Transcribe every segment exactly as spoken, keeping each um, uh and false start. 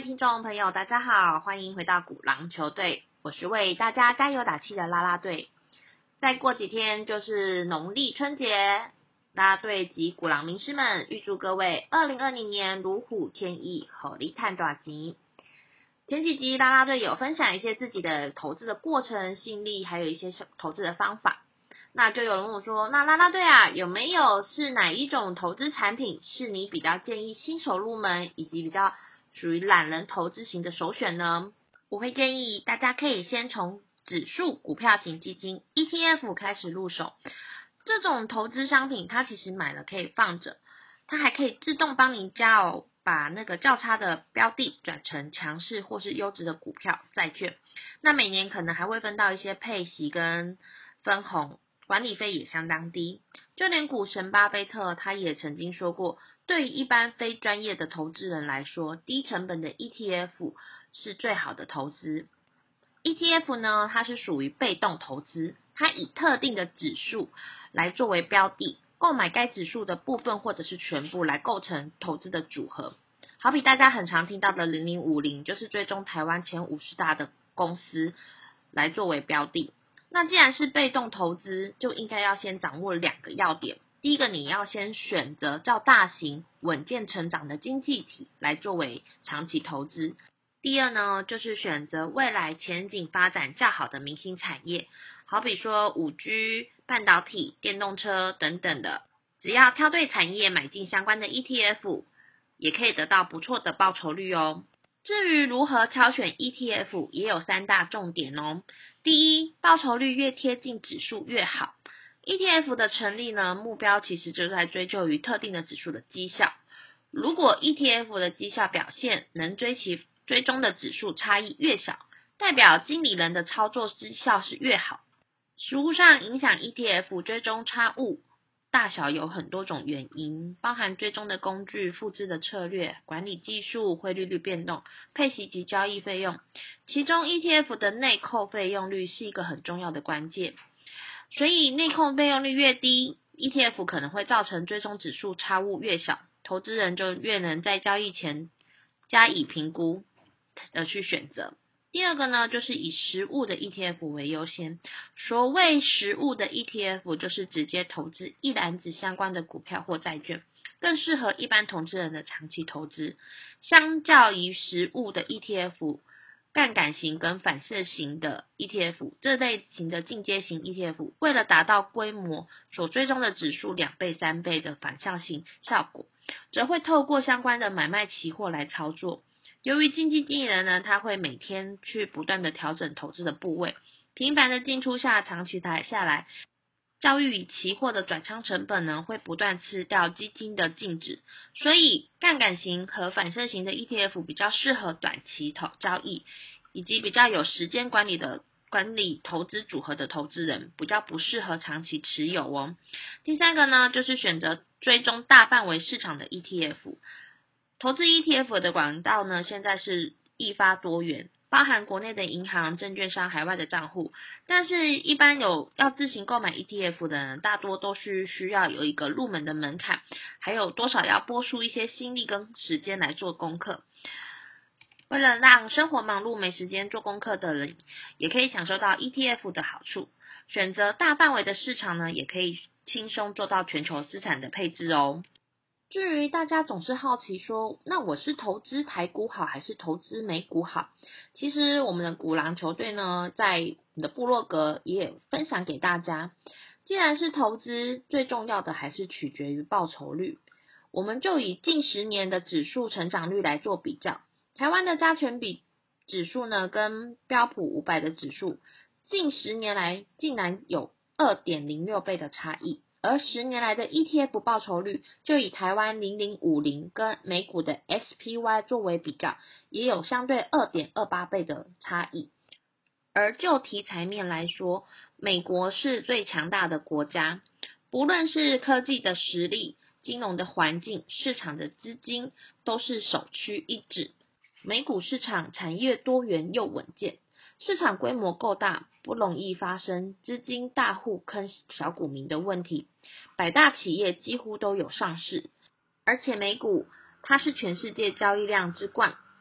听众朋友大家好，欢迎回到鼓狼球队，我是为大家加油打气的啦啦队。再过几天就是农历春节，啦啦队及鼓狼名师们预祝各位二零二零年如虎添翼，好利探大吉。前几集啦啦队有分享一些自己的投资的过程、心力，还有一些投资的方法。那就有人问我说，那啦啦队啊，有没有是哪一种投资产品是你比较建议新手入门，以及比较属于懒人投资型的首选呢？我会建议大家可以先从指数股票型基金 E T F 开始入手。这种投资商品它其实买了可以放着，它还可以自动帮您较把那个较差的标的转成强势或是优质的股票债券。那每年可能还会分到一些配息跟分红，管理费也相当低。就连股神巴菲特他也曾经说过，对于一般非专业的投资人来说，低成本的 E T F 是最好的投资。E T F 呢，它是属于被动投资，它以特定的指数来作为标的，购买该指数的部分或者是全部来构成投资的组合。好比大家很常听到的零零五零，就是追踪台湾前五十大的公司来作为标的。那既然是被动投资，就应该要先掌握两个要点。第一个，你要先选择较大型、稳健成长的经济体来作为长期投资。第二呢，就是选择未来前景发展较好的明星产业，好比说 五 G、半导体、电动车等等的。只要挑对产业，买进相关的 E T F， 也可以得到不错的报酬率哦。至于如何挑选 E T F， 也有三大重点哦。第一，报酬率越贴近指数越好。E T F 的成立呢，目标其实就是在追求于特定的指数的绩效。如果 E T F 的绩效表现能追其追踪的指数差异越小，代表经理人的操作绩效是越好。实务上影响 E T F 追踪差误大小有很多种原因，包含追踪的工具、复制的策略、管理技术、汇率率变动、配息及交易费用。其中 E T F 的内扣费用率是一个很重要的关键，所以内扣费用率越低， E T F 可能会造成追踪指数差误越小，投资人就越能在交易前加以评估而去选择。第二个呢，就是以实物的 E T F 为优先。所谓实物的 E T F， 就是直接投资一篮子相关的股票或债券，更适合一般投资人的长期投资。相较于实物的 E T F， 杠杆型跟反射型的 E T F， 这类型的进阶型 E T F， 为了达到规模所追踪的指数两倍、三倍的反向型效果，则会透过相关的买卖期货来操作。由于基金经理人呢，他会每天去不断的调整投资的部位，频繁的进出下，长期台下来，交易与期货的转仓成本呢，会不断吃掉基金的净值，所以杠杆型和反射型的 E T F 比较适合短期投交易，以及比较有时间管理的管理投资组合的投资人，比较不适合长期持有哦。第三个呢，就是选择追踪大范围市场的 E T F。投资 E T F 的管道呢，现在是易发多元，包含国内的银行、证券商、海外的账户，但是一般有要自行购买 E T F 的人，大多都是需要有一个入门的门槛，还有多少要拨出一些心力跟时间来做功课。为了让生活忙碌没时间做功课的人，也可以享受到 E T F 的好处，选择大范围的市场呢，也可以轻松做到全球资产的配置哦。至于大家总是好奇说，那我是投资台股好还是投资美股好？其实我们的鼓狼球队呢，在我们的部落格也分享给大家。既然是投资，最重要的还是取决于报酬率。我们就以近十年的指数成长率来做比较。台湾的加权比指数呢，跟标普五百的指数，近十年来竟然有 二点零六 倍的差异。而十年来的 E T F 报酬率，就以台湾零零五零跟美股的 S P Y 作为比较，也有相对 二点二八 倍的差异。而就题材面来说，美国是最强大的国家，不论是科技的实力、金融的环境、市场的资金，都是首屈一指。美股市场产业多元又稳健，市场规模够大，不容易发生资金大户坑小股民的问题，百大企业几乎都有上市，而且美股它是全世界交易量之冠，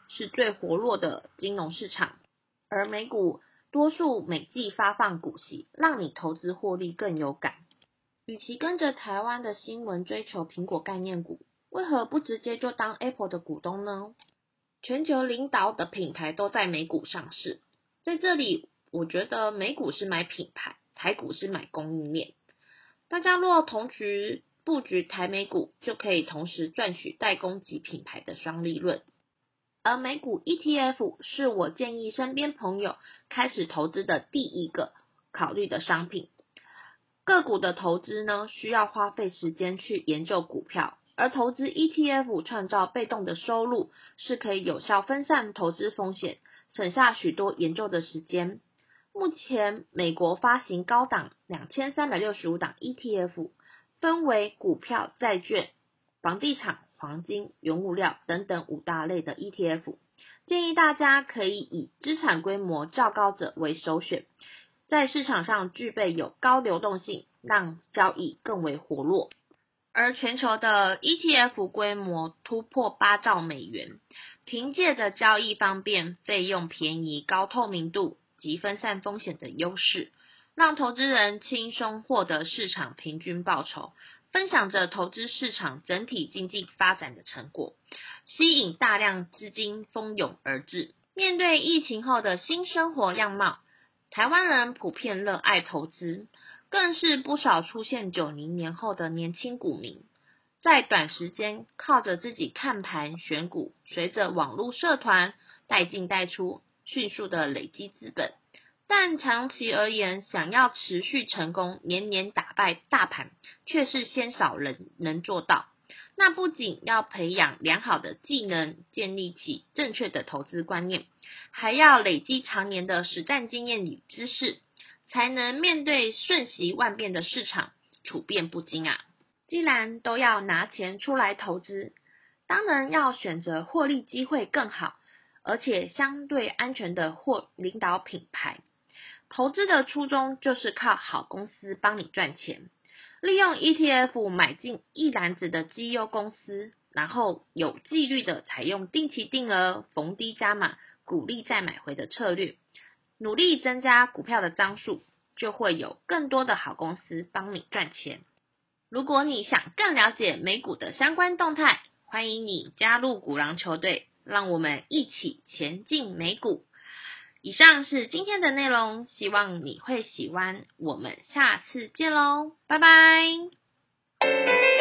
是最活络的金融市场，而美股多数每季发放股息，让你投资获利更有感。与其跟着台湾的新闻追求苹果概念股，为何不直接就当 Apple 的股东呢？全球领导的品牌都在美股上市，在这里我觉得美股是买品牌，台股是买供应链。大家若同时布局台美股，就可以同时赚取代工及品牌的双利润。而美股 E T F 是我建议身边朋友开始投资的第一个考虑的商品。个股的投资呢，需要花费时间去研究股票，而投资 E T F 创造被动的收入，是可以有效分散投资风险，省下许多研究的时间。目前美国发行高档两千三百六十五档 E T F， 分为股票、债券、房地产、黄金、原物料等等五大类的 E T F， 建议大家可以以资产规模较高者为首选，在市场上具备有高流动性，让交易更为活络。而全球的 E T F 规模突破八兆美元，凭借着交易方便、费用便宜、高透明度及分散风险的优势，让投资人轻松获得市场平均报酬，分享着投资市场整体经济发展的成果，吸引大量资金蜂拥而至。面对疫情后的新生活样貌，台湾人普遍热爱投资，更是不少出现九零年后的年轻股民，在短时间靠着自己看盘选股，随着网络社团带进带出，迅速的累积资本。但长期而言，想要持续成功，年年打败大盘，却是鲜少人能做到。那不仅要培养良好的技能，建立起正确的投资观念，还要累积常年的实战经验与知识，才能面对瞬息万变的市场，处变不惊啊！既然都要拿钱出来投资，当然要选择获利机会更好，而且相对安全的或领导品牌。投资的初衷就是靠好公司帮你赚钱，利用 E T F 买进一篮子的绩优公司，然后有纪律的采用定期定额、逢低加码、鼓励再买回的策略，努力增加股票的张数，就会有更多的好公司帮你赚钱。如果你想更了解美股的相关动态，欢迎你加入股狼球队，让我们一起前进美股。以上是今天的内容，希望你会喜欢，我们下次见喽，拜拜。